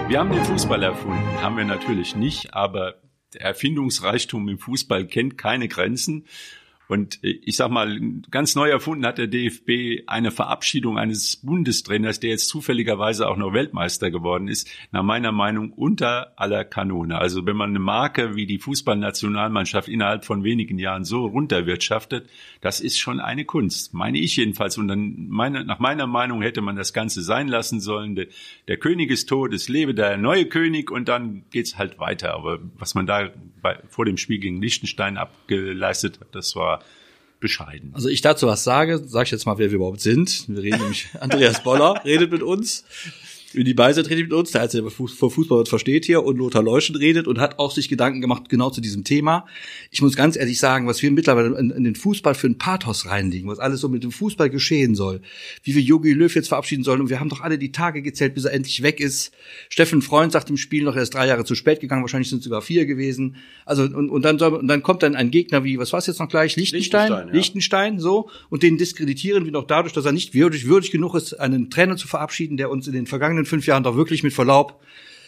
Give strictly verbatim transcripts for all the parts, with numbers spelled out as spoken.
Wir haben den Fußball erfunden, haben wir natürlich nicht, aber der Erfindungsreichtum im Fußball kennt keine Grenzen. Und ich sag mal, ganz neu erfunden hat der D F B eine Verabschiedung eines Bundestrainers, der jetzt zufälligerweise auch noch Weltmeister geworden ist, nach meiner Meinung unter aller Kanone. Also wenn man eine Marke wie die Fußballnationalmannschaft innerhalb von wenigen Jahren so runterwirtschaftet, das ist schon eine Kunst, meine ich jedenfalls. Und dann meine, nach meiner Meinung hätte man das Ganze sein lassen sollen. Der, der König ist tot, es lebe der neue König und dann geht's halt weiter. Aber was man da bei, vor dem Spiel gegen Liechtenstein abgeleistet hat, das war bescheiden. Also ich dazu was sage, sage ich jetzt mal, wer wir überhaupt sind. Wir reden nämlich, Andreas Boller redet mit uns, Uli Beisert redet mit uns, der Einzige, der vor Fußball was versteht hier, und Lothar Leuschend redet und hat auch sich Gedanken gemacht genau zu diesem Thema. Ich muss ganz ehrlich sagen, was wir mittlerweile in, in den Fußball für einen Pathos reinlegen, was alles so mit dem Fußball geschehen soll, wie wir Jogi Löw jetzt verabschieden sollen, und wir haben doch alle die Tage gezählt, bis er endlich weg ist. Steffen Freund sagt im Spiel noch, er ist drei Jahre zu spät gegangen, wahrscheinlich sind es sogar vier gewesen. Also und, und dann soll, und dann kommt dann ein Gegner wie, was war es jetzt noch gleich, Liechtenstein, Liechtenstein, ja. Liechtenstein, so, und den diskreditieren wir noch dadurch, dass er nicht würdig, würdig genug ist, einen Trainer zu verabschieden, der uns in den vergangenen fünf Jahren doch wirklich mit Verlaub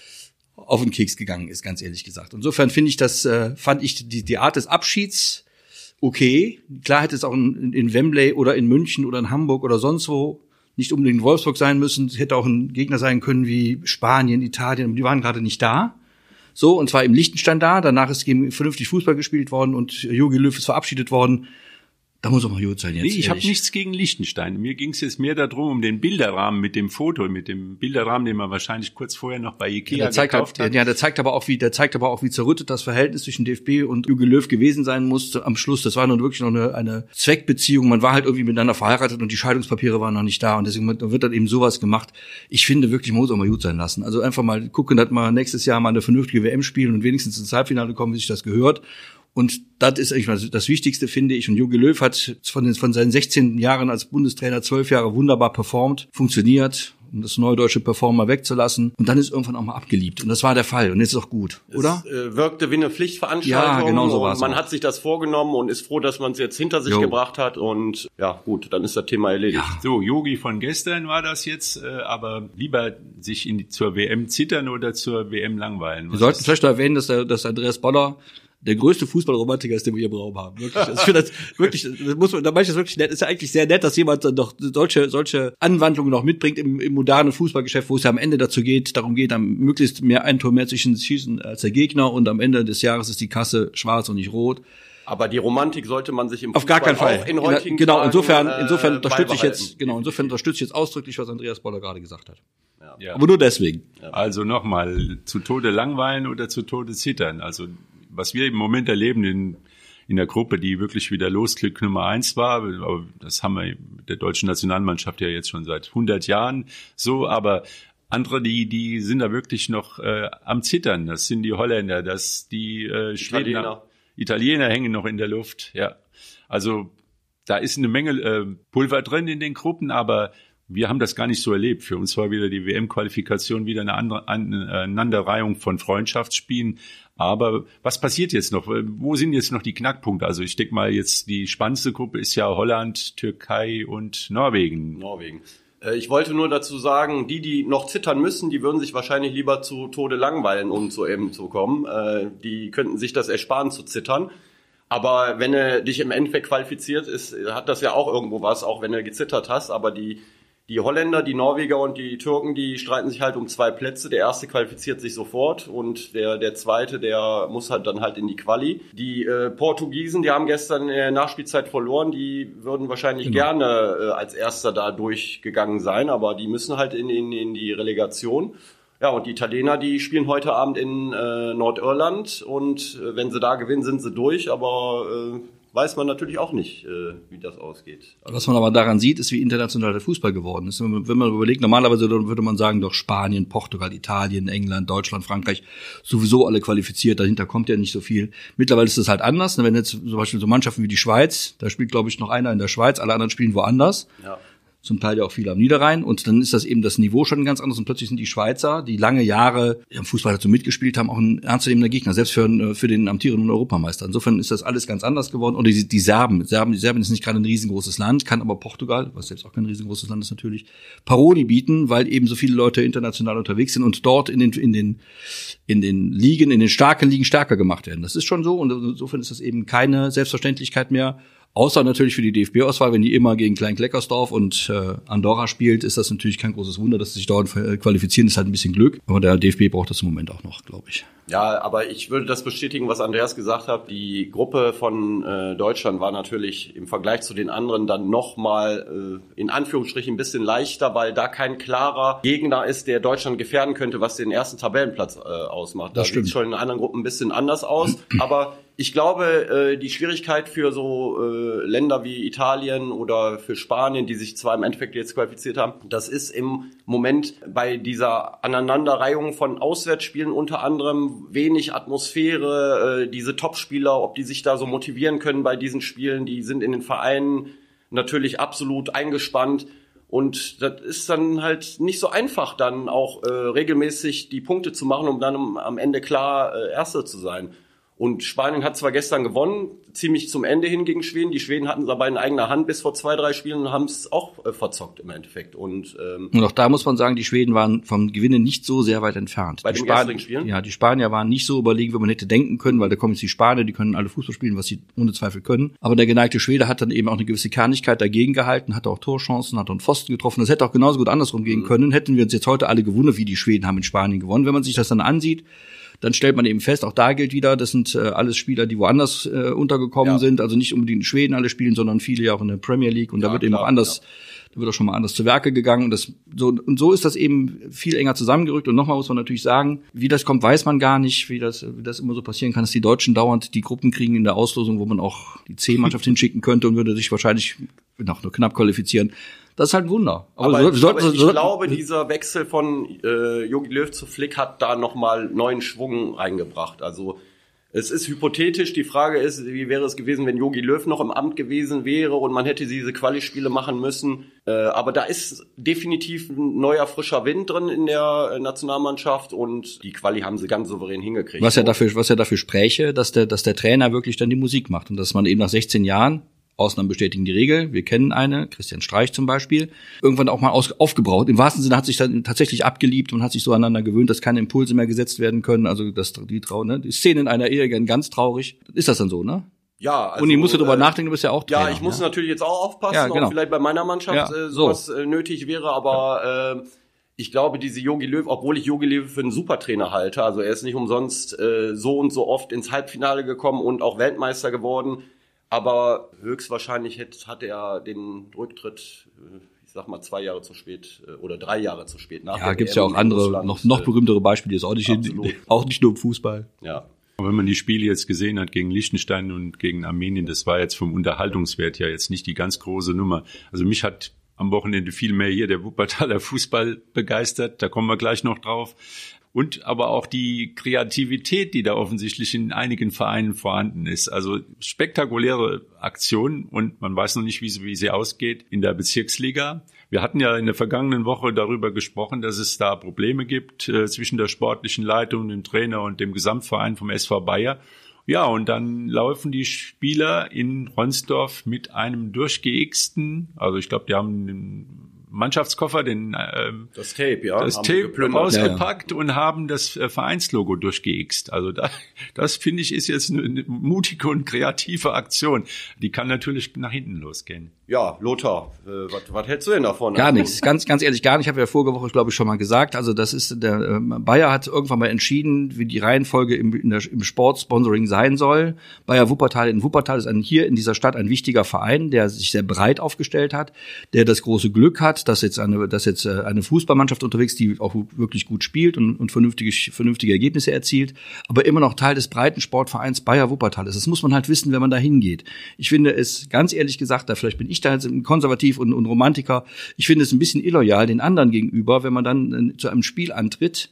auf den Keks gegangen ist, ganz ehrlich gesagt. Insofern finde ich das, äh, fand ich die, die Art des Abschieds okay. Klar hätte es auch in, in Wembley oder in München oder in Hamburg oder sonst wo nicht unbedingt in Wolfsburg sein müssen. Es hätte auch ein Gegner sein können wie Spanien, Italien, die waren gerade nicht da. So, und zwar im Liechtenstein da. Danach ist vernünftig Fußball gespielt worden und Jogi Löw ist verabschiedet worden. Da muss auch mal gut sein jetzt. Nee, ich habe nichts gegen Liechtenstein. Mir ging es jetzt mehr darum, um den Bilderrahmen mit dem Foto, mit dem Bilderrahmen, den man wahrscheinlich kurz vorher noch bei Ikea ja, der zeigt gekauft halt, hat. Ja, der zeigt aber auch, wie, der zeigt aber auch, wie zerrüttet das Verhältnis zwischen D F B und Jogi Löw gewesen sein musste am Schluss. Das war nun wirklich noch eine, eine Zweckbeziehung. Man war halt irgendwie miteinander verheiratet und die Scheidungspapiere waren noch nicht da, und deswegen wird dann eben sowas gemacht. Ich finde wirklich, muss auch mal gut sein lassen. Also einfach mal gucken, dass wir nächstes Jahr mal eine vernünftige W M spielen und wenigstens ins Halbfinale kommen, wie sich das gehört. Und das ist eigentlich das Wichtigste, finde ich. Und Jogi Löw hat von, den, von seinen sechzehn Jahren als Bundestrainer zwölf Jahre wunderbar performt, funktioniert, um das neudeutsche Performer wegzulassen. Und dann ist irgendwann auch mal abgeliebt. Und das war der Fall. Und jetzt ist auch gut, oder? Es äh, wirkte wie eine Pflichtveranstaltung. Ja, genau so war's. Man auch. hat sich das vorgenommen und ist froh, dass man es jetzt hinter sich jo. gebracht hat. Und ja, gut, dann ist das Thema erledigt. Ja. So, Jogi von gestern war das jetzt. Äh, aber lieber sich in die, zur W M zittern oder zur W M langweilen. Wir sollten vielleicht noch erwähnen, dass, der, dass Andreas Boller der größte Fußballromantiker ist, den wir hier im Raum haben. Wirklich. Also ich finde das wirklich, das muss man, da meine ich das wirklich nett. Ist ja eigentlich sehr nett, dass jemand dann doch solche, solche Anwandlungen noch mitbringt im, im modernen Fußballgeschäft, wo es ja am Ende dazu geht, darum geht, am möglichst mehr ein Tor mehr zwischen schießen als der Gegner, und am Ende des Jahres ist die Kasse schwarz und nicht rot. Aber die Romantik sollte man sich im Fußball auf gar keinen Fall auch in heutigen genau, Tagen, insofern, insofern äh, unterstütze ich jetzt, genau, insofern unterstütze ich jetzt ausdrücklich, was Andreas Boller gerade gesagt hat. Ja. Ja. Aber nur deswegen. Ja. Also nochmal, zu Tode langweilen oder zu Tode zittern. Also, was wir im Moment erleben in, in der Gruppe, die wirklich wieder Losglück Nummer eins war, aber das haben wir mit der deutschen Nationalmannschaft ja jetzt schon seit hundert Jahren so, aber andere, die, die sind da wirklich noch äh, am Zittern. Das sind die Holländer, das die äh, Italiener. Italiener hängen noch in der Luft, ja. Also, da ist eine Menge äh, Pulver drin in den Gruppen, aber wir haben das gar nicht so erlebt. Für uns war wieder die W M-Qualifikation wieder eine andere Aneinanderreihung von Freundschaftsspielen. Aber was passiert jetzt noch? Wo sind jetzt noch die Knackpunkte? Also ich denke mal, jetzt die spannendste Gruppe ist ja Holland, Türkei und Norwegen. Norwegen. Ich wollte nur dazu sagen, die, die noch zittern müssen, die würden sich wahrscheinlich lieber zu Tode langweilen, um zu eben zu kommen. Die könnten sich das ersparen zu zittern. Aber wenn du dich im Endeffekt qualifiziert, ist, hat das ja auch irgendwo was, auch wenn du gezittert hast. Aber die Die Holländer, die Norweger und die Türken, die streiten sich halt um zwei Plätze. Der erste qualifiziert sich sofort und der der zweite, der muss halt dann halt in die Quali. Die äh, Portugiesen, die haben gestern in der Nachspielzeit verloren. Die würden wahrscheinlich genau. gerne äh, als Erster da durchgegangen sein, aber die müssen halt in, in, in die Relegation. Ja, und die Italiener, die spielen heute Abend in äh, Nordirland und äh, wenn sie da gewinnen, sind sie durch, aber äh, weiß man natürlich auch nicht, äh, wie das ausgeht. Also was man aber daran sieht, ist, wie international der Fußball geworden ist. Wenn man überlegt, normalerweise würde man sagen, doch Spanien, Portugal, Italien, England, Deutschland, Frankreich, sowieso alle qualifiziert, dahinter kommt ja nicht so viel. Mittlerweile ist es halt anders. Wenn jetzt zum Beispiel so Mannschaften wie die Schweiz, da spielt, glaube ich, noch einer in der Schweiz, alle anderen spielen woanders. Ja. zum Teil ja auch viel am Niederrhein. Und dann ist das eben das Niveau schon ganz anders. Und plötzlich sind die Schweizer, die lange Jahre im Fußball dazu mitgespielt haben, auch ein ernstzunehmender Gegner, selbst für, für den amtierenden Europameister. Insofern ist das alles ganz anders geworden. Und die, die Serben, Serben, die Serbien ist nicht gerade ein riesengroßes Land, kann aber Portugal, was selbst auch kein riesengroßes Land ist natürlich, Paroli bieten, weil eben so viele Leute international unterwegs sind und dort in den, in den, in den Ligen, in den starken Ligen stärker gemacht werden. Das ist schon so. Und insofern ist das eben keine Selbstverständlichkeit mehr. Außer natürlich für die D F B-Auswahl, wenn die immer gegen Klein-Kleckersdorf und äh, Andorra spielt, ist das natürlich kein großes Wunder, dass sie sich dort qualifizieren. Das ist halt ein bisschen Glück. Aber der D F B braucht das im Moment auch noch, glaube ich. Ja, aber ich würde das bestätigen, was Andreas gesagt hat. Die Gruppe von äh, Deutschland war natürlich im Vergleich zu den anderen dann nochmal äh, in Anführungsstrichen ein bisschen leichter, weil da kein klarer Gegner ist, der Deutschland gefährden könnte, was den ersten Tabellenplatz äh, ausmacht. Da sieht es schon in anderen Gruppen ein bisschen anders aus. Aber ich glaube, äh, die Schwierigkeit für so äh, Länder wie Italien oder für Spanien, die sich zwar im Endeffekt jetzt qualifiziert haben, das ist im Moment bei dieser Aneinanderreihung von Auswärtsspielen unter anderem wenig Atmosphäre, äh, diese Topspieler, ob die sich da so motivieren können bei diesen Spielen, die sind in den Vereinen natürlich absolut eingespannt. Und das ist dann halt nicht so einfach, dann auch äh, regelmäßig die Punkte zu machen, um dann um, am Ende klar äh, Erster zu sein. Und Spanien hat zwar gestern gewonnen, ziemlich zum Ende hin gegen Schweden. Die Schweden hatten es aber in eigener Hand bis vor zwei, drei Spielen und haben es auch äh, verzockt im Endeffekt. Und, ähm, und auch da muss man sagen, die Schweden waren vom Gewinnen nicht so sehr weit entfernt. Bei die den Span- gestrigen Spielen? Ja, die Spanier waren nicht so überlegen, wie man hätte denken können, weil da kommen jetzt die Spanier, die können alle Fußball spielen, was sie ohne Zweifel können. Aber der geneigte Schwede hat dann eben auch eine gewisse Kernigkeit dagegen gehalten, hat auch Torchancen, hat auch einen Pfosten getroffen. Das hätte auch genauso gut andersrum gehen mhm. können. Hätten wir uns jetzt heute alle gewundert, wie die Schweden haben in Spanien gewonnen. Wenn man sich das dann ansieht, dann stellt man eben fest, auch da gilt wieder, das sind äh, alles Spieler, die woanders äh, untergekommen ja. sind, also nicht unbedingt in Schweden alle spielen, sondern viele ja auch in der Premier League und ja, da wird eben klar, auch anders, ja. da wird auch schon mal anders zu Werke gegangen und das so und so ist das eben viel enger zusammengerückt und nochmal muss man natürlich sagen, wie das kommt, weiß man gar nicht, wie das wie das immer so passieren kann, dass die Deutschen dauernd die Gruppen kriegen in der Auslosung, wo man auch die C-Mannschaft hinschicken könnte und würde sich wahrscheinlich noch nur knapp qualifizieren. Das ist halt ein Wunder. Aber, aber, so, aber so, ich so, glaube, dieser Wechsel von äh, Jogi Löw zu Flick hat da nochmal neuen Schwung reingebracht. Also es ist hypothetisch. Die Frage ist, wie wäre es gewesen, wenn Jogi Löw noch im Amt gewesen wäre und man hätte diese Quali-Spiele machen müssen. Äh, aber da ist definitiv ein neuer, frischer Wind drin in der Nationalmannschaft und die Quali haben sie ganz souverän hingekriegt. Was ja dafür, was ja dafür spräche, dass der, dass der Trainer wirklich dann die Musik macht und dass man eben nach sechzehn Jahren Ausnahmen bestätigen die Regel. Wir kennen eine, Christian Streich zum Beispiel, irgendwann auch mal aus, aufgebraucht. Im wahrsten Sinne hat sich dann tatsächlich abgeliebt und hat sich so aneinander gewöhnt, dass keine Impulse mehr gesetzt werden können. Also das, die, Trau, ne? Die Szene in einer Ehe, ganz traurig. Ist das dann so, ne? Ja, also, und ich musste drüber äh, nachdenken, du bist ja auch Trainer. Ja, ich muss ja? natürlich jetzt auch aufpassen, ja, genau. ob vielleicht bei meiner Mannschaft ja, äh, sowas so. äh, nötig wäre, aber äh, ich glaube, diese Jogi Löw, obwohl ich Jogi Löw für einen Supertrainer halte, also er ist nicht umsonst äh, so und so oft ins Halbfinale gekommen und auch Weltmeister geworden. Aber höchstwahrscheinlich hat, hat er den Rücktritt, ich sag mal, zwei Jahre zu spät oder drei Jahre zu spät nach. Ja, gibt's ja auch andere, noch, noch berühmtere Beispiele, die ist auch nicht, in, auch nicht nur im Fußball. Ja. Wenn man die Spiele jetzt gesehen hat gegen Liechtenstein und gegen Armenien, das war jetzt vom Unterhaltungswert ja jetzt nicht die ganz große Nummer. Also mich hat am Wochenende viel mehr hier der Wuppertaler Fußball begeistert, da kommen wir gleich noch drauf. Und aber auch die Kreativität, die da offensichtlich in einigen Vereinen vorhanden ist. Also spektakuläre Aktionen und man weiß noch nicht, wie sie, wie sie ausgeht in der Bezirksliga. Wir hatten ja in der vergangenen Woche darüber gesprochen, dass es da Probleme gibt äh, zwischen der sportlichen Leitung, dem Trainer und dem Gesamtverein vom S V Bayer. Ja, und dann laufen die Spieler in Ronsdorf mit einem durchgeixten, also ich glaube, die haben einen Mannschaftskoffer, den ähm, das Tape, ja, das Tape rausgepackt ja, ja. und haben das äh, Vereinslogo durchgeixt. Also da, das finde ich ist jetzt eine, eine mutige und kreative Aktion. Die kann natürlich nach hinten losgehen. Ja, Lothar, äh, was, was hältst du denn davon? Gar nichts, ganz, ganz ehrlich, gar nicht. Ich habe ja vorige Woche, glaube ich, schon mal gesagt. Also das ist der äh, Bayer hat irgendwann mal entschieden, wie die Reihenfolge im, in der, im Sportsponsoring sein soll. Bayer Wuppertal in Wuppertal ist ein, hier in dieser Stadt ein wichtiger Verein, der sich sehr breit aufgestellt hat, der das große Glück hat, dass jetzt eine, dass jetzt eine Fußballmannschaft unterwegs, die auch wirklich gut spielt und, und vernünftige, vernünftige Ergebnisse erzielt, aber immer noch Teil des breiten Sportvereins Bayer Wuppertal ist. Das muss man halt wissen, wenn man da hingeht. Ich finde es, ganz ehrlich gesagt, da vielleicht bin ich da jetzt konservativ und, und Romantiker, ich finde es ein bisschen illoyal den anderen gegenüber, wenn man dann zu einem Spiel antritt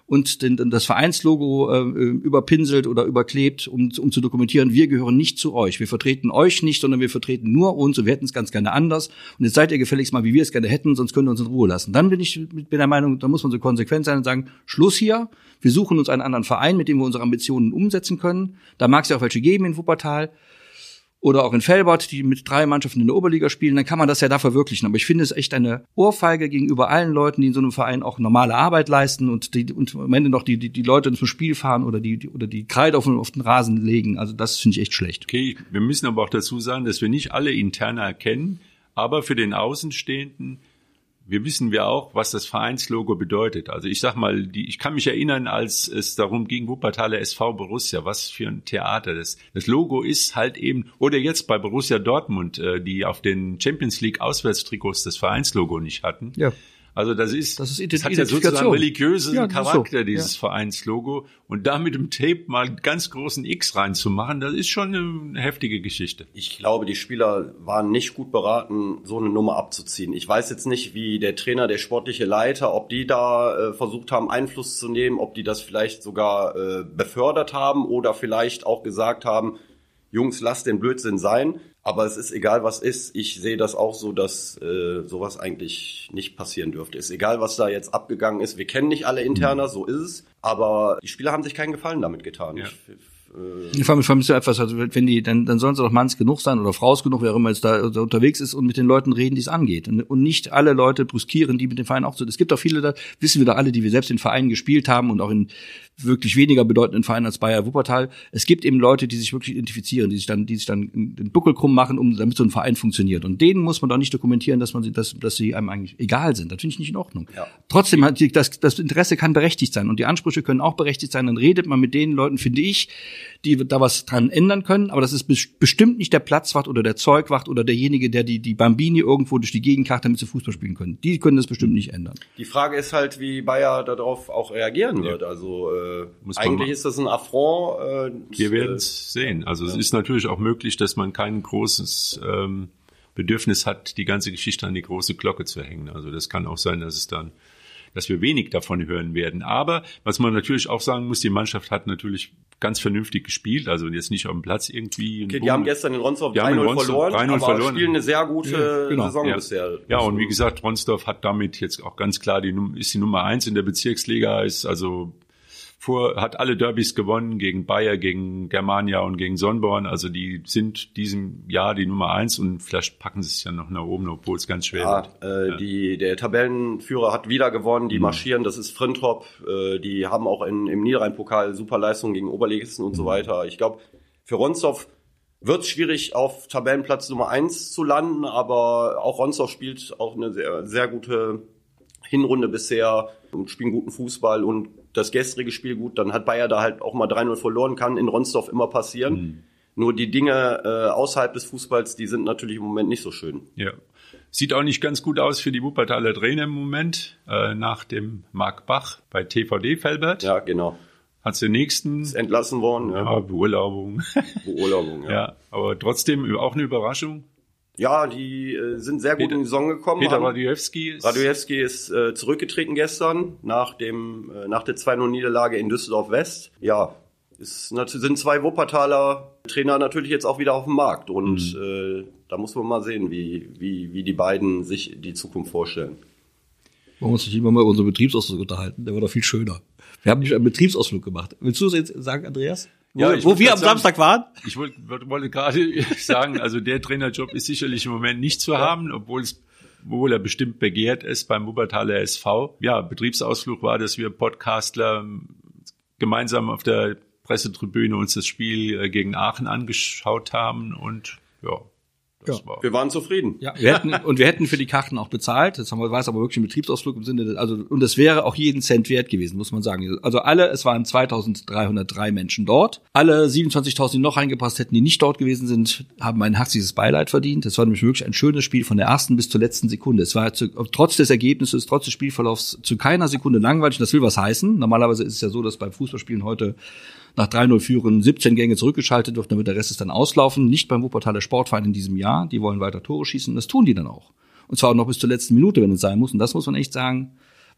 und den, das Vereinslogo äh, überpinselt oder überklebt, um, um zu dokumentieren, wir gehören nicht zu euch. Wir vertreten euch nicht, sondern wir vertreten nur uns und wir hätten es ganz gerne anders. Und jetzt seid ihr gefälligst mal, wie wir es gerne hätten, sonst könnt ihr uns in Ruhe lassen. Dann bin ich bin der Meinung, da muss man so konsequent sein und sagen, Schluss hier, wir suchen uns einen anderen Verein, mit dem wir unsere Ambitionen umsetzen können. Da mag es ja auch welche geben in Wuppertal. Oder auch in Velbert, die mit drei Mannschaften in der Oberliga spielen, dann kann man das ja da verwirklichen. Aber ich finde es echt eine Ohrfeige gegenüber allen Leuten, die in so einem Verein auch normale Arbeit leisten und die und am Ende noch die die, die Leute zum Spiel fahren oder die, die oder die Kreide auf, auf den Rasen legen. Also das finde ich echt schlecht. Okay, wir müssen aber auch dazu sagen, dass wir nicht alle Interna erkennen, aber für den Außenstehenden, wir wissen wir auch, was das Vereinslogo bedeutet. Also ich sag mal, die, ich kann mich erinnern, als es darum ging, Wuppertaler S V Borussia, was für ein Theater das. Das Logo ist halt eben, oder jetzt bei Borussia Dortmund, äh, die auf den Champions League Auswärtstrikots das Vereinslogo nicht hatten. Ja. Also das ist, das, ist das hat ja sozusagen religiösen ja, Charakter, so. dieses ja. Vereinslogo. Und da mit dem Tape mal einen ganz großen X reinzumachen, das ist schon eine heftige Geschichte. Ich glaube, die Spieler waren nicht gut beraten, so eine Nummer abzuziehen. Ich weiß jetzt nicht, wie der Trainer, der sportliche Leiter, ob die da äh, versucht haben, Einfluss zu nehmen, ob die das vielleicht sogar äh, befördert haben oder vielleicht auch gesagt haben, Jungs, lasst den Blödsinn sein. Aber es ist egal, was ist. Ich sehe das auch so, dass äh, sowas eigentlich nicht passieren dürfte. Ist egal, was da jetzt abgegangen ist. Wir kennen nicht alle Interna, so ist es. Aber die Spieler haben sich keinen Gefallen damit getan. Ja. Ich, Ich frage mich, frage mich so etwas, also wenn die, dann, dann sollen sie doch Manns genug sein oder Fraus genug, wer auch immer jetzt da unterwegs ist und mit den Leuten reden, die es angeht. Und, und nicht alle Leute brüskieren, die mit dem Verein auch so. Es gibt auch viele, da wissen wir doch alle, die wir selbst in Vereinen gespielt haben und auch in wirklich weniger bedeutenden Vereinen als Bayer Wuppertal. Es gibt eben Leute, die sich wirklich identifizieren, die sich dann, die sich dann den Buckel krumm machen, um, damit so ein Verein funktioniert. Und denen muss man doch nicht dokumentieren, dass man sie, dass, dass sie einem eigentlich egal sind. Das finde ich nicht in Ordnung. Ja. Trotzdem hat die, das, das Interesse kann berechtigt sein und die Ansprüche können auch berechtigt sein. Dann redet man mit den Leuten, finde ich, die da was dran ändern können, aber das ist bestimmt nicht der Platzwart oder der Zeugwacht oder derjenige, der die die Bambini irgendwo durch die Gegend karrt, damit sie Fußball spielen können. Die können das bestimmt nicht ändern. Die Frage ist halt, wie Bayer darauf auch reagieren wird. Also äh, eigentlich ist das ein Affront. Äh, Wir werden es sehen. Also ja. Es ist natürlich auch möglich, dass man kein großes ähm, Bedürfnis hat, die ganze Geschichte an die große Glocke zu hängen. Also das kann auch sein, dass es dann dass wir wenig davon hören werden. Aber was man natürlich auch sagen muss, die Mannschaft hat natürlich ganz vernünftig gespielt, also jetzt nicht auf dem Platz irgendwie. Okay, die haben gestern in Ronsdorf drei null verloren, drei null aber verloren. spielen eine sehr gute ja, genau. Saison ja. bisher. Ja, und wie gesagt, Ronsdorf hat damit jetzt auch ganz klar die ist die Nummer eins in der Bezirksliga, ist also vor, hat alle Derbys gewonnen gegen Bayer, gegen Germania und gegen Sonnborn. Also die sind diesem Jahr die Nummer eins und vielleicht packen sie es ja noch nach oben, obwohl es ganz schwer ja, wird. Äh, ja. Die, der Tabellenführer hat wieder gewonnen, die mhm. marschieren, das ist Frintrop. Äh, die haben auch in, im Niederrhein-Pokal Superleistungen gegen Oberligisten und mhm. so weiter. Ich glaube, für Ronsdorf wird es schwierig, auf Tabellenplatz Nummer eins zu landen, aber auch Ronsdorf spielt auch eine sehr, sehr gute Hinrunde bisher und spielen guten Fußball und das gestrige Spiel gut, dann hat Bayer da halt auch mal drei null verloren, kann in Ronsdorf immer passieren. Mhm. Nur die Dinge äh, außerhalb des Fußballs, die sind natürlich im Moment nicht so schön. Ja, sieht auch nicht ganz gut aus für die Wuppertaler Trainer im Moment, äh, nach dem Marc Bach bei T V D Velbert. Ja, genau. Hat den nächsten... Ist entlassen worden. Ja, ja Beurlaubung. Beurlaubung, ja. Ja, aber trotzdem auch eine Überraschung. Ja, die äh, sind sehr gut Peter, in die Saison gekommen. Peter Radujewski ist, Radujewski ist äh, zurückgetreten gestern nach dem äh, nach der zwei null Niederlage in Düsseldorf West. Ja, es sind zwei Wuppertaler Trainer natürlich jetzt auch wieder auf dem Markt und mhm. äh, da muss man mal sehen, wie wie wie die beiden sich die Zukunft vorstellen. Man muss sich immer mal über unseren Betriebsausflug unterhalten, der war doch viel schöner. Wir haben nicht einen Betriebsausflug gemacht. Willst du es jetzt sagen, Andreas? Wo, ja, wo wir am sagen, Samstag waren? Ich wollte, wollte gerade sagen, also der Trainerjob ist sicherlich im Moment nicht zu ja. haben, obwohl es, obwohl er bestimmt begehrt ist beim Wuppertaler S V. Ja, Betriebsausflug war, dass wir Podcastler gemeinsam auf der Pressetribüne uns das Spiel gegen Aachen angeschaut haben und ja. Ja. War. Wir waren zufrieden. Ja, wir hätten, und wir hätten für die Karten auch bezahlt. Das haben wir, war es aber wirklich ein Betriebsausflug im Sinne, also, und das wäre auch jeden Cent wert gewesen, muss man sagen. Also alle, es waren zweitausenddreihundertdrei Menschen dort. Alle siebenundzwanzigtausend, die noch reingepasst hätten, die nicht dort gewesen sind, haben ein herzliches Beileid verdient. Das war nämlich wirklich ein schönes Spiel von der ersten bis zur letzten Sekunde. Es war zu, trotz des Ergebnisses, trotz des Spielverlaufs zu keiner Sekunde langweilig. Das will was heißen. Normalerweise ist es ja so, dass beim Fußballspielen heute nach drei null führen siebzehn Gänge zurückgeschaltet wird, dann wird der Rest ist dann auslaufen. Nicht beim Wuppertaler Sportverein in diesem Jahr. Die wollen weiter Tore schießen. Das tun die dann auch. Und zwar auch noch bis zur letzten Minute, wenn es sein muss. Und das muss man echt sagen,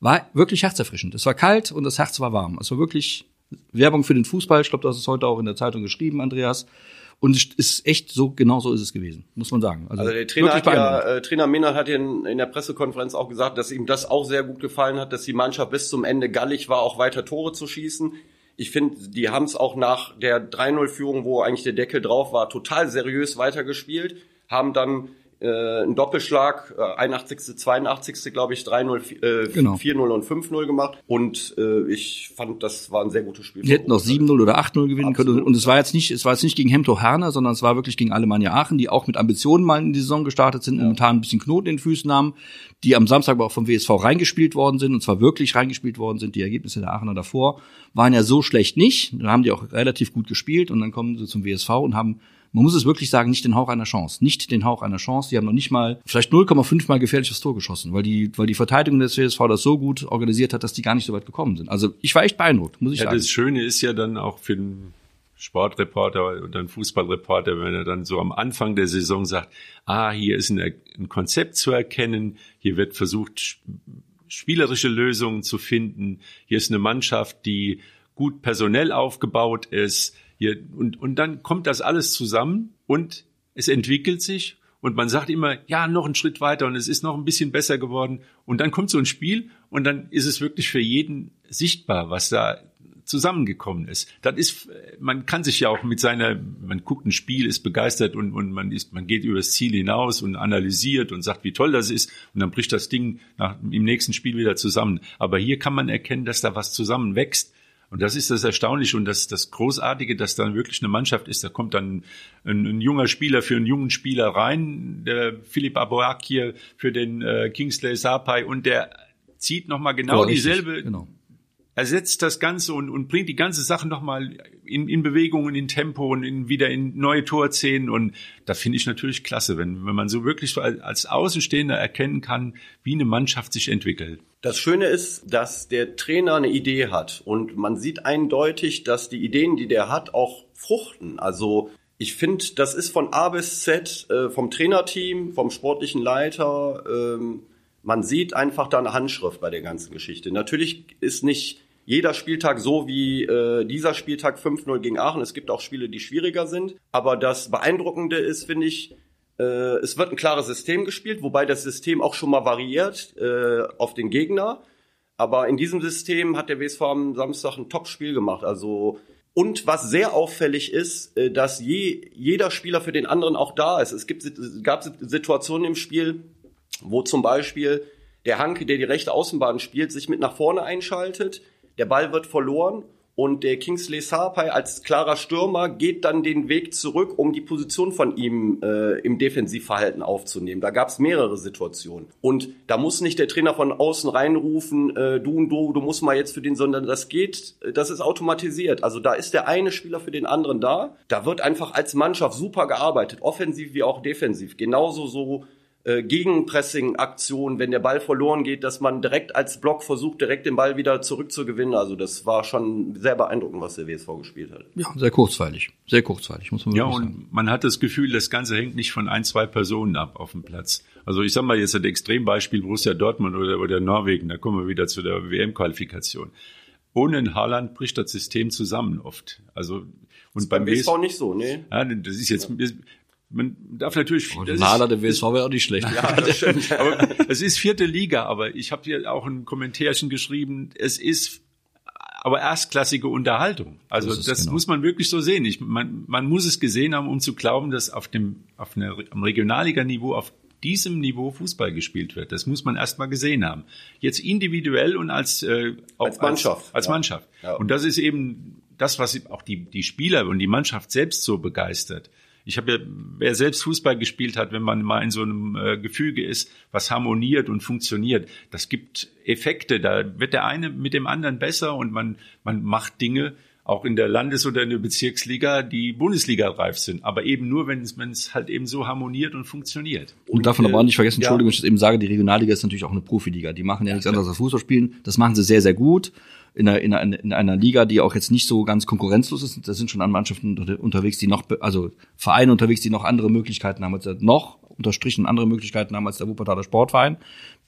war wirklich herzerfrischend. Es war kalt und das Herz war warm. Es war wirklich Werbung für den Fußball. Ich glaube, das ist heute auch in der Zeitung geschrieben, Andreas. Und es ist echt so, genau so ist es gewesen, muss man sagen. Also, also der Trainer hat ja, äh, Trainer Mehnert hat in, in der Pressekonferenz auch gesagt, dass ihm das auch sehr gut gefallen hat, dass die Mannschaft bis zum Ende gallig war, auch weiter Tore zu schießen. Ich finde, die haben es auch nach der drei null Führung, wo eigentlich der Deckel drauf war, total seriös weitergespielt, haben dann äh, einen Doppelschlag, äh, einundachtzigste, zweiundachtzigste glaube ich, drei null, äh, genau. vier null und fünf null gemacht. Und äh, ich fand, das war ein sehr gutes Spiel. Die hätten noch sieben null oder acht null gewinnen Absolut. können. Und es war jetzt nicht, es war jetzt nicht gegen Hemto Herne, sondern es war wirklich gegen Alemannia Aachen, die auch mit Ambitionen mal in die Saison gestartet sind, ja. momentan ein bisschen Knoten in den Füßen haben, die am Samstag aber auch vom W S V reingespielt worden sind, und zwar wirklich reingespielt worden sind. Die Ergebnisse der Aachener davor waren ja so schlecht nicht. Da haben die auch relativ gut gespielt, und dann kommen sie zum W S V und haben, man muss es wirklich sagen, nicht den Hauch einer Chance. Nicht den Hauch einer Chance. Die haben noch nicht mal, vielleicht null Komma fünf Mal gefährliches Tor geschossen, weil die, weil die Verteidigung des W S V das so gut organisiert hat, dass die gar nicht so weit gekommen sind. Also ich war echt beeindruckt, muss ich ja, sagen. Das Schöne ist ja dann auch für den Sportreporter oder einen Fußballreporter, wenn er dann so am Anfang der Saison sagt, ah, hier ist ein, ein Konzept zu erkennen, hier wird versucht, spielerische Lösungen zu finden, hier ist eine Mannschaft, die gut personell aufgebaut ist, hier, und, und dann kommt das alles zusammen und es entwickelt sich und man sagt immer, ja, noch einen Schritt weiter und es ist noch ein bisschen besser geworden, und dann kommt so ein Spiel und dann ist es wirklich für jeden sichtbar, was da zusammengekommen ist. Das ist, man kann sich ja auch mit seiner, man guckt ein Spiel, ist begeistert und, und man ist, man geht übers Ziel hinaus und analysiert und sagt, wie toll das ist, und dann bricht das Ding nach, im nächsten Spiel wieder zusammen. Aber hier kann man erkennen, dass da was zusammenwächst. Und das ist das Erstaunliche und das, das Großartige, dass dann wirklich eine Mannschaft ist. Da kommt dann ein, ein junger Spieler für einen jungen Spieler rein, der Philipp Aboak hier für den äh, Kingsley Sarpay, und der zieht nochmal genau oh, dieselbe, genau. ersetzt das Ganze und, und bringt die ganze Sache nochmal in, in Bewegung und in Tempo und in, wieder in neue Torszenen. Und da finde ich natürlich klasse, wenn, wenn man so wirklich so als Außenstehender erkennen kann, wie eine Mannschaft sich entwickelt. Das Schöne ist, dass der Trainer eine Idee hat, und man sieht eindeutig, dass die Ideen, die der hat, auch fruchten. Also ich finde, das ist von A bis Z, äh, vom Trainerteam, vom sportlichen Leiter, ähm, man sieht einfach da eine Handschrift bei der ganzen Geschichte. Natürlich ist nicht jeder Spieltag so wie äh, dieser Spieltag fünf null gegen Aachen. Es gibt auch Spiele, die schwieriger sind. Aber das Beeindruckende ist, finde ich, äh, es wird ein klares System gespielt, wobei das System auch schon mal variiert äh, auf den Gegner. Aber in diesem System hat der W S V am Samstag ein Top-Spiel gemacht. Also, und was sehr auffällig ist, äh, dass je, jeder Spieler für den anderen auch da ist. Es gibt, es gab Situationen im Spiel, wo zum Beispiel der Hanke, der die rechte Außenbahn spielt, sich mit nach vorne einschaltet, der Ball wird verloren und der Kingsley Sarpay als klarer Stürmer geht dann den Weg zurück, um die Position von ihm äh, im Defensivverhalten aufzunehmen. Da gab es mehrere Situationen. Und da muss nicht der Trainer von außen reinrufen, äh, du und du, du musst mal jetzt für den, sondern das geht, das ist automatisiert. Also da ist der eine Spieler für den anderen da. Da wird einfach als Mannschaft super gearbeitet, offensiv wie auch defensiv. Genauso so Äh, Gegenpressing-Aktion, wenn der Ball verloren geht, dass man direkt als Block versucht, direkt den Ball wieder zurückzugewinnen. Also das war schon sehr beeindruckend, was der W S V gespielt hat. Ja, sehr kurzweilig. Sehr kurzweilig, muss man ja, wirklich sagen. Ja, und man hat das Gefühl, das Ganze hängt nicht von ein, zwei Personen ab auf dem Platz. Also ich sag mal jetzt das Extrembeispiel Borussia Dortmund oder, oder Norwegen, da kommen wir wieder zu der W M-Qualifikation. Ohne ein Haaland bricht das System zusammen oft. Also und das beim W S V nicht so, ne? Ja, das ist jetzt... Ja. Man darf natürlich... Und Maler, der W S V wäre auch nicht schlecht. Ja, das stimmt. Aber es ist vierte Liga, aber ich habe hier auch ein Kommentärchen geschrieben, es ist aber erstklassige Unterhaltung. Also das, das genau. muss man wirklich so sehen. Ich, man, man muss es gesehen haben, um zu glauben, dass auf dem auf einer, am Regionalliga-Niveau, auf diesem Niveau Fußball gespielt wird. Das muss man erst mal gesehen haben. Jetzt individuell und als äh, auch als Mannschaft. Als, als ja. Mannschaft. Ja. Und das ist eben das, was auch die die Spieler und die Mannschaft selbst so begeistert. Ich habe ja, wer selbst Fußball gespielt hat, wenn man mal in so einem äh, Gefüge ist, was harmoniert und funktioniert, das gibt Effekte. Da wird der eine mit dem anderen besser und man man macht Dinge, auch in der Landes- oder in der Bezirksliga, die Bundesliga-reif sind. Aber eben nur, wenn es wenn es halt eben so harmoniert und funktioniert. Und, und davon äh, aber auch nicht vergessen, Entschuldigung, ja. wenn ich das eben sage, die Regionalliga ist natürlich auch eine Profiliga. Die machen ja nichts ja, anderes als Fußball spielen. Das machen sie sehr, sehr gut. In einer, in, einer, in einer Liga, die auch jetzt nicht so ganz konkurrenzlos ist. Da sind schon an Mannschaften unterwegs, die noch, also Vereine unterwegs, die noch andere Möglichkeiten haben als noch, unterstrichen andere Möglichkeiten haben als der Wuppertaler Sportverein.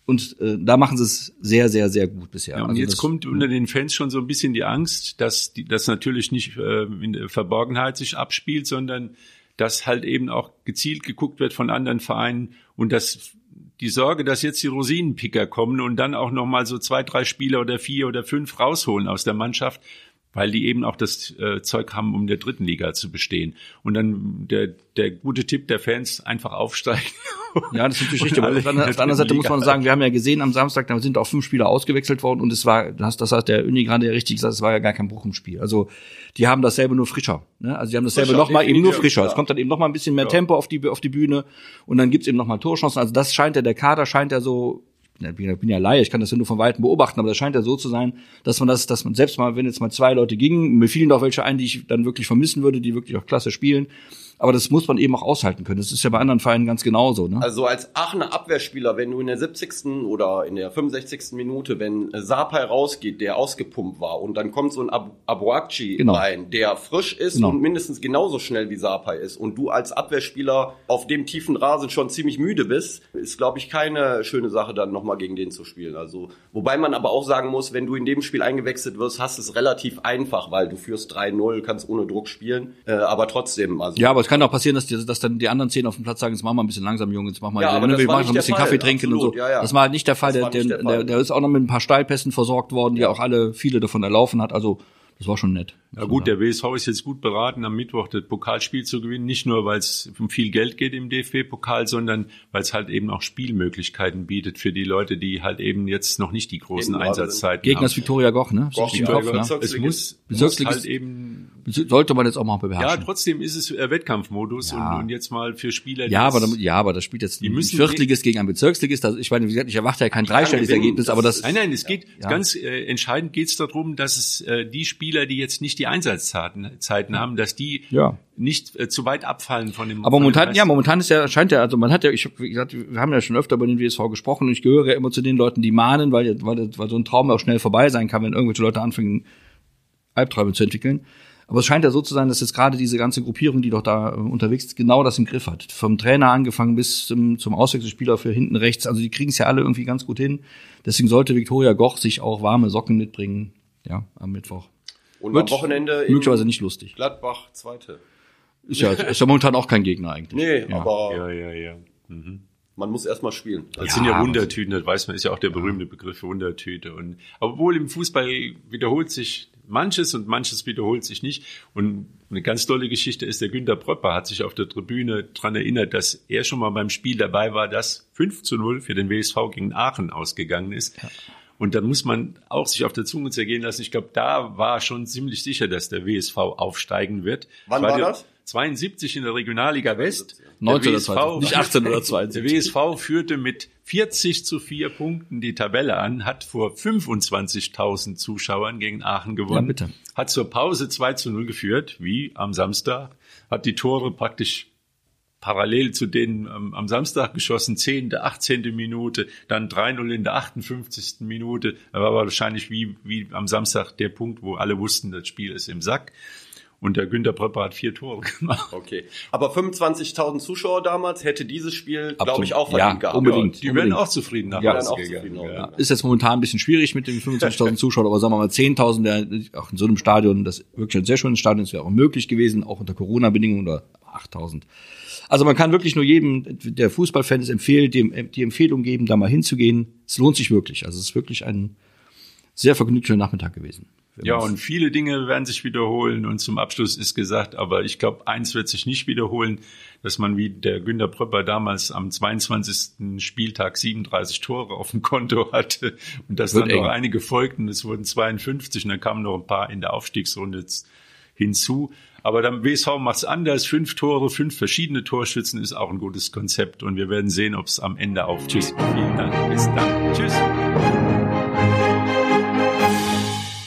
Und äh, da machen sie es sehr, sehr, sehr gut bisher. Ja, und also jetzt das, kommt unter den Fans schon so ein bisschen die Angst, dass die, das natürlich nicht äh, in der Verborgenheit sich abspielt, sondern dass halt eben auch gezielt geguckt wird von anderen Vereinen und dass die Sorge, dass jetzt die Rosinenpicker kommen und dann auch noch mal so zwei, drei Spieler oder vier oder fünf rausholen aus der Mannschaft, weil die eben auch das äh, Zeug haben, um in der dritten Liga zu bestehen. Und dann der der gute Tipp der Fans, einfach aufsteigen. Ja, das ist natürlich richtig. Aber auf der anderen Seite muss man sagen, wir haben ja gesehen am Samstag, da sind auch fünf Spieler ausgewechselt worden und es war, das, das hat der Uni gerade richtig gesagt, es war ja gar kein Bruch im Spiel. Also die haben dasselbe nur frischer. Ne? Also die haben dasselbe nochmal eben nur frischer. Ja. Es kommt dann eben noch mal ein bisschen mehr ja. Tempo auf die auf die Bühne und dann gibt's eben noch mal Torchancen. Also das scheint ja, der Kader scheint ja so, ich bin ja Laie, ich kann das ja nur von Weitem beobachten, aber das scheint ja so zu sein, dass man das, dass man selbst mal, wenn jetzt mal zwei Leute gingen, mir fielen doch welche ein, die ich dann wirklich vermissen würde, die wirklich auch klasse spielen. Aber das muss man eben auch aushalten können. Das ist ja bei anderen Vereinen ganz genauso. Ne? Also als Aachener Abwehrspieler, wenn du in der siebzigsten oder in der fünfundsechzigsten Minute, wenn Sapai rausgeht, der ausgepumpt war, und dann kommt so ein Ab- Abuakci genau. rein, der frisch ist genau. und mindestens genauso schnell wie Sapai ist, und du als Abwehrspieler auf dem tiefen Rasen schon ziemlich müde bist, ist, glaube ich, keine schöne Sache, dann nochmal gegen den zu spielen. Also, wobei man aber auch sagen muss, wenn du in dem Spiel eingewechselt wirst, hast du es relativ einfach, weil du führst drei null, kannst ohne Druck spielen, äh, aber trotzdem. Also ja, aber es kann auch passieren, dass, die, dass dann die anderen zehn auf dem Platz sagen, jetzt mach mal ein bisschen langsam, Junge, jetzt mach mal, ja, aber wir machen noch ein bisschen Fall, Kaffee trinken absolut, und so. Ja, ja. Das war halt nicht der Fall. Der, nicht der, der, Fall. der, der ist auch noch mit ein paar Steilpässen versorgt worden, die ja. auch alle, viele davon erlaufen hat. Also das war schon nett. Ja gut, der W S V ist jetzt gut beraten, am Mittwoch das Pokalspiel zu gewinnen. Nicht nur, weil es um viel Geld geht im D F B-Pokal, sondern weil es halt eben auch Spielmöglichkeiten bietet für die Leute, die halt eben jetzt noch nicht die großen eben Einsatzzeiten Gegner haben. ist Viktoria Goch, ne? Goch, im Kopf, Kopf, ne? Es muss, muss halt eben... Sollte man jetzt auch mal beherrschen. Ja, trotzdem ist es äh, Wettkampfmodus ja. und, und jetzt mal für Spieler, die ja, aber da, ja, aber das spielt jetzt ein müssen Viertligist gegen ein Bezirksligist. Also ich meine, wie gesagt, ich erwarte ja kein dreistelliges Ergebnis, aber das... Nein, nein, es geht, ja. ganz äh, entscheidend geht es darum, dass es äh, die Spieler, die jetzt nicht die Einsatzzeiten Zeiten haben, dass die ja. nicht äh, zu weit abfallen von dem... Aber momentan, ja, momentan ist ja, scheint ja, also man hat ja, ich wie gesagt, wir haben ja schon öfter über den W S V gesprochen und ich gehöre ja immer zu den Leuten, die mahnen, weil, weil, weil so ein Traum auch schnell vorbei sein kann, wenn irgendwelche Leute anfangen, Albträume zu entwickeln. Aber es scheint ja so zu sein, dass jetzt gerade diese ganze Gruppierung, die doch da äh, unterwegs ist, genau das im Griff hat. Vom Trainer angefangen bis zum, zum Auswechselspieler für hinten rechts. Also die kriegen es ja alle irgendwie ganz gut hin. Deswegen sollte Viktoria Goch sich auch warme Socken mitbringen, ja, am Mittwoch. Und Wird am Wochenende möglicherweise nicht lustig. Gladbach, Zweite. Ist ja, ist ja momentan auch kein Gegner eigentlich. Nee, ja. aber Ja, ja, ja. Mhm. man muss erstmal spielen. Das Ja, sind ja Wundertüten, das weiß man, ist ja auch der berühmte Begriff Wundertüte. Und obwohl im Fußball wiederholt sich manches und manches wiederholt sich nicht. Und eine ganz tolle Geschichte ist, der Günter Pröpper hat sich auf der Tribüne dran erinnert, dass er schon mal beim Spiel dabei war, das fünf zu null für den W S V gegen Aachen ausgegangen ist. Ja. Und dann muss man auch sich auf der Zunge zergehen lassen. Ich glaube, da war schon ziemlich sicher, dass der W S V aufsteigen wird. Wann war, war das? zweiundsiebzig in der Regionalliga West. neunzehn oder zwanzig, nicht achtzehn oder zweiundsiebzig. Der W S V führte mit vierzig zu vier Punkten die Tabelle an, hat vor fünfundzwanzigtausend Zuschauern gegen Aachen gewonnen. Ja, bitte. Hat zur Pause zwei zu null geführt, wie am Samstag. Hat die Tore praktisch parallel zu denen ähm, am Samstag geschossen, zehnte, achtzehnte Minute, dann drei null in der achtundfünfzigsten Minute. Da war wahrscheinlich wie, wie am Samstag der Punkt, wo alle wussten, das Spiel ist im Sack. Und der Günter Pröpper hat vier Tore gemacht. Okay. Aber fünfundzwanzigtausend Zuschauer damals hätte dieses Spiel, glaube ich, auch verdient ja, gehabt. unbedingt. Ja, die unbedingt. werden auch zufrieden nach ja, Hause auch gegangen. zufrieden Ja. Ist jetzt momentan ein bisschen schwierig mit den fünfundzwanzigtausend Zuschauern, aber sagen wir mal zehntausend, der, auch in so einem Stadion, das wirklich ein sehr schönes Stadion ist, wäre auch möglich gewesen, auch unter Corona-Bedingungen, oder achttausend. Also man kann wirklich nur jedem, der Fußballfan ist, empfehlen, dem die Empfehlung geben, da mal hinzugehen. Es lohnt sich wirklich. Also es ist wirklich ein sehr vergnügter Nachmittag gewesen. Ja, und viele Dinge werden sich wiederholen und zum Abschluss ist gesagt, aber ich glaube, eins wird sich nicht wiederholen, dass man wie der Günter Pröpper damals am zweiundzwanzigsten Spieltag siebenunddreißig Tore auf dem Konto hatte und dass dann noch einige folgten. Es wurden zweiundfünfzig und dann kamen noch ein paar in der Aufstiegsrunde hinzu. Aber der W S V macht's anders. Fünf Tore, fünf verschiedene Torschützen ist auch ein gutes Konzept und wir werden sehen, ob es am Ende auf. Tschüss. Vielen Dank. Bis dann. Tschüss.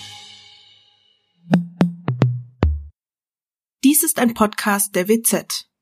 Dies ist ein Podcast der W Z.